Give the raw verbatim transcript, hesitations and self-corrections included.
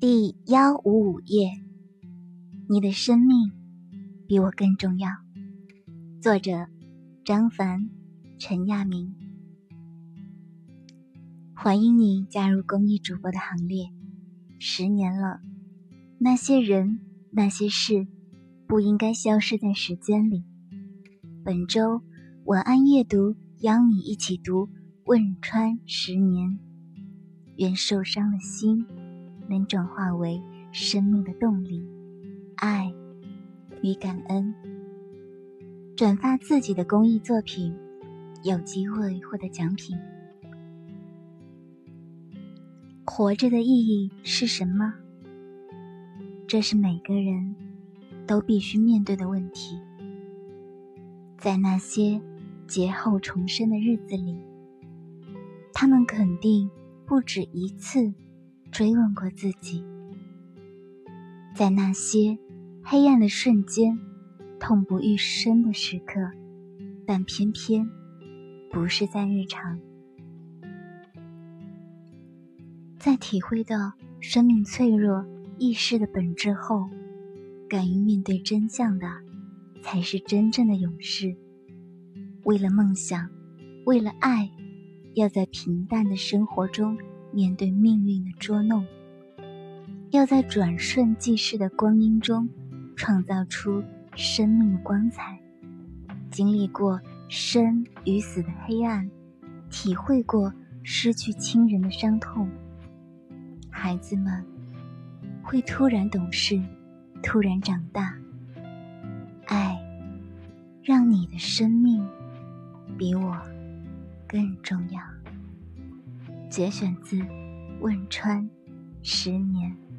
第幺五五页，你的生命比我更重要。作者张凡、陈亚明。欢迎你加入公益主播的行列。十年了，那些人那些事不应该消失在时间里。本周晚安夜读邀你一起读汶川十年，愿受伤的心能转化为生命的动力、爱与感恩。转发自己的公益作品，有机会获得奖品。活着的意义是什么？这是每个人都必须面对的问题。在那些劫后重生的日子里，他们肯定不止一次追问过自己。在那些黑暗的瞬间，痛不欲生的时刻，但偏偏不是在日常。在体会到生命脆弱易逝的本质后，敢于面对真相的才是真正的勇士。为了梦想，为了爱，要在平淡的生活中面对命运的捉弄，要在转瞬即逝的光阴中创造出生命的光彩。经历过生与死的黑暗，体会过失去亲人的伤痛，孩子们会突然懂事，突然长大。爱让你的生命比我更重要。节选自汶川十年。